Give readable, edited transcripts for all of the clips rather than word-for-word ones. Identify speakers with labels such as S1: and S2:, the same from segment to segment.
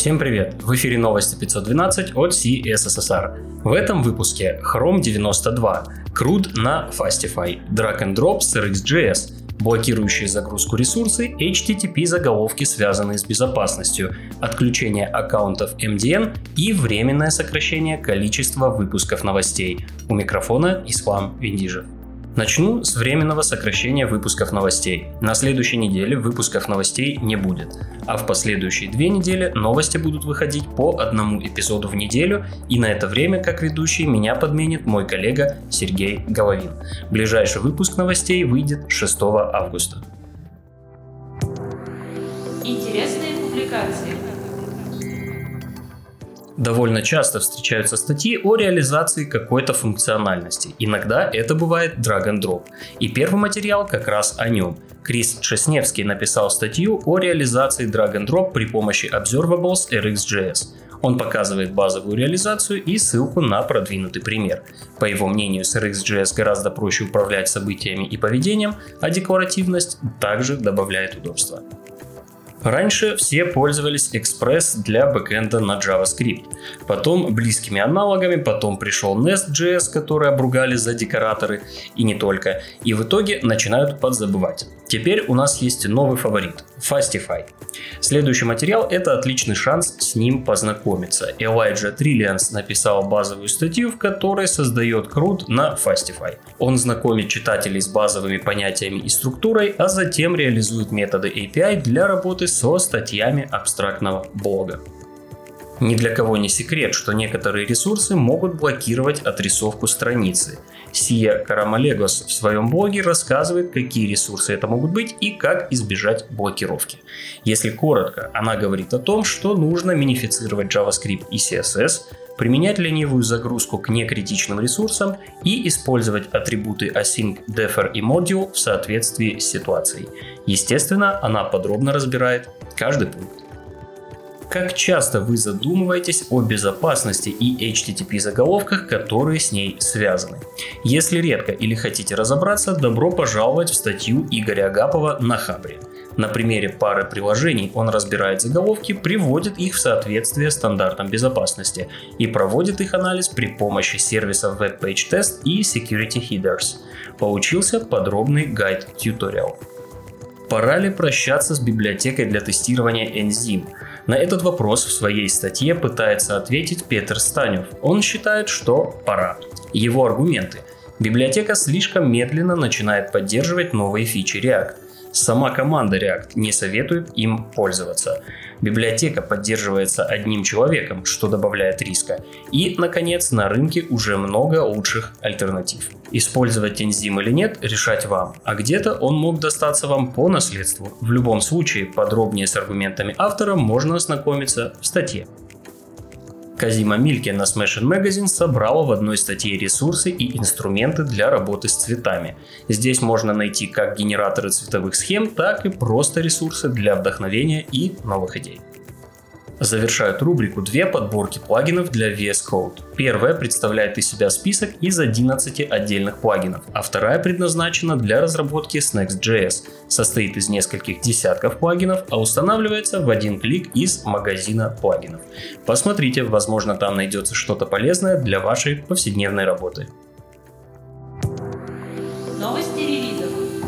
S1: Всем привет! В эфире новости 512 от CSSR. В этом выпуске Chrome 92, CRUD на Fastify, Drag and Drop с RxJS, блокирующие загрузку ресурсы, HTTP заголовки, связанные с безопасностью, отключение аккаунтов MDN и временное сокращение количества выпусков новостей. У микрофона Ислам Виндижев. Начну с временного сокращения выпусков новостей. На следующей неделе выпусков новостей не будет, а в последующие 2 недели новости будут выходить по одному эпизоду в неделю, и на это время, как ведущий, меня подменит мой коллега Сергей Головин. Ближайший выпуск новостей выйдет 6 августа.
S2: Интересные публикации.
S1: Довольно часто встречаются статьи о реализации какой-то функциональности. Иногда это бывает drag and drop. И первый материал как раз о нем. Крис Шесневский написал статью о реализации drag and drop при помощи Observables RxJS. Он показывает базовую реализацию и ссылку на продвинутый пример. По его мнению, с RxJS гораздо проще управлять событиями и поведением, а декларативность также добавляет удобства. Раньше все пользовались Express для бэкэнда на JavaScript. Потом близкими аналогами, потом пришел Nest.js, который обругали за декораторы и не только. И в итоге начинают подзабывать. Теперь у нас есть новый фаворит – Fastify. Следующий материал – это отличный шанс с ним познакомиться. Elijah Trillians написал базовую статью, в которой создает CRUD на Fastify. Он знакомит читателей с базовыми понятиями и структурой, а затем реализует методы API для работы со статьями абстрактного блога. Ни для кого не секрет, что некоторые ресурсы могут блокировать отрисовку страницы. Сия Карамалегос в своем блоге рассказывает, какие ресурсы это могут быть и как избежать блокировки. Если коротко, она говорит о том, что нужно минифицировать JavaScript и CSS, применять ленивую загрузку к некритичным ресурсам и использовать атрибуты async, defer и module в соответствии с ситуацией. Естественно, она подробно разбирает каждый пункт. Как часто вы задумываетесь о безопасности и HTTP заголовках, которые с ней связаны? Если редко или хотите разобраться, добро пожаловать в статью Игоря Агапова на Хабре. На примере пары приложений он разбирает заголовки, приводит их в соответствие стандартам безопасности и проводит их анализ при помощи сервисов WebPageTest и Security Headers. Получился подробный гайд-тьюториал. Пора ли прощаться с библиотекой для тестирования Enzyme? На этот вопрос в своей статье пытается ответить Петр Станев. Он считает, что пора. Его аргументы. Библиотека слишком медленно начинает поддерживать новые фичи React. Сама команда React не советует им пользоваться. Библиотека поддерживается одним человеком, что добавляет риска. И, наконец, на рынке уже много лучших альтернатив. Использовать Enzyme или нет, решать вам. А где-то он мог достаться вам по наследству. В любом случае, подробнее с аргументами автора можно ознакомиться в статье. Казима Мильке на Smashing Magazine собрала в одной статье ресурсы и инструменты для работы с цветами. Здесь можно найти как генераторы цветовых схем, так и просто ресурсы для вдохновения и новых идей. Завершают рубрику 2 подборки плагинов для VS Code. Первая представляет из себя список из 11 отдельных плагинов, а вторая предназначена для разработки с Next.js. Состоит из нескольких десятков плагинов, а устанавливается в один клик из магазина плагинов. Посмотрите, возможно, там найдется что-то полезное для вашей повседневной работы.
S2: Новости релизов.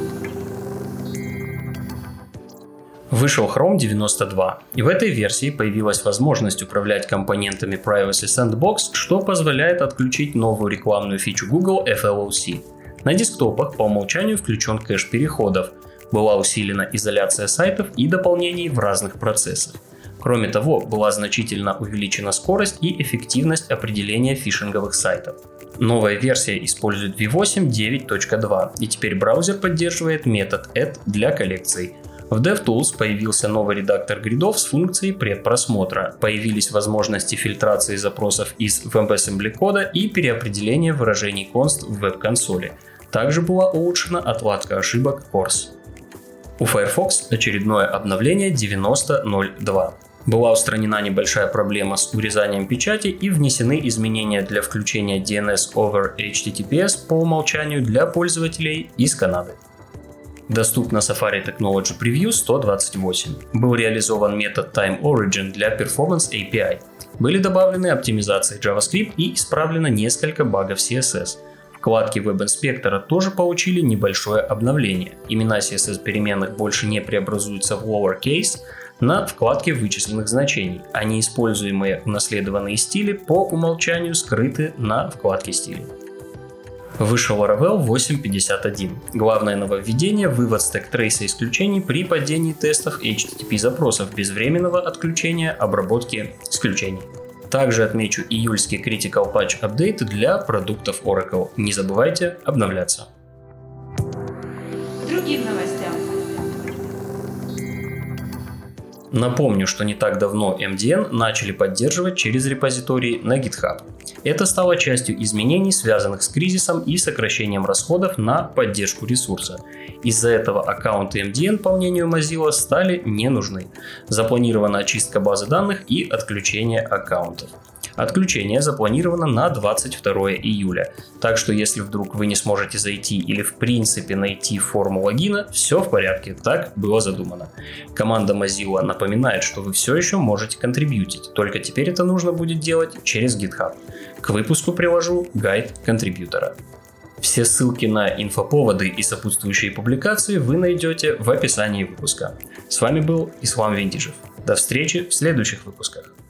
S1: Вышел Chrome 92, и в этой версии появилась возможность управлять компонентами Privacy Sandbox, что позволяет отключить новую рекламную фичу Google FLOC. На десктопах по умолчанию включен кэш переходов, была усилена изоляция сайтов и дополнений в разных процессах. Кроме того, была значительно увеличена скорость и эффективность определения фишинговых сайтов. Новая версия использует V8 9.2, и теперь браузер поддерживает метод add для коллекций. В DevTools появился новый редактор гридов с функцией предпросмотра, появились возможности фильтрации запросов из WebAssembly кода и переопределения выражений const в веб-консоли. Также была улучшена отладка ошибок CORS. У Firefox очередное обновление 90.02. Была устранена небольшая проблема с урезанием печати и внесены изменения для включения DNS over HTTPS по умолчанию для пользователей из Канады. Доступна Safari Technology Preview 128. Был реализован метод Time Origin для Performance API. Были добавлены оптимизации JavaScript и исправлено несколько багов CSS. Вкладки веб-инспектора тоже получили небольшое обновление. Имена CSS переменных больше не преобразуются в lowercase на вкладке вычисленных значений, а неиспользуемые унаследованные стили по умолчанию скрыты на вкладке стилей. Вышел Laravel 8.51. Главное нововведение – вывод стэк-трейса исключений при падении тестов HTTP запросов без временного отключения обработки исключений. Также отмечу июльский Critical Patch Update для продуктов Oracle. Не забывайте обновляться.
S2: Другим новостям.
S1: Напомню, что не так давно MDN начали поддерживать через репозитории на GitHub. Это стало частью изменений, связанных с кризисом и сокращением расходов на поддержку ресурса. Из-за этого аккаунты MDN, по мнению Mozilla, стали не нужны. Запланирована очистка базы данных и отключение аккаунтов. Отключение запланировано на 22 июля, так что если вдруг вы не сможете зайти или в принципе найти форму логина, все в порядке, так было задумано. Команда Mozilla напоминает, что вы все еще можете контрибьютить, только теперь это нужно будет делать через GitHub. К выпуску приложу гайд контрибьютора. Все ссылки на инфоповоды и сопутствующие публикации вы найдете в описании выпуска. С вами был Ислам Вендижев. До встречи в следующих выпусках.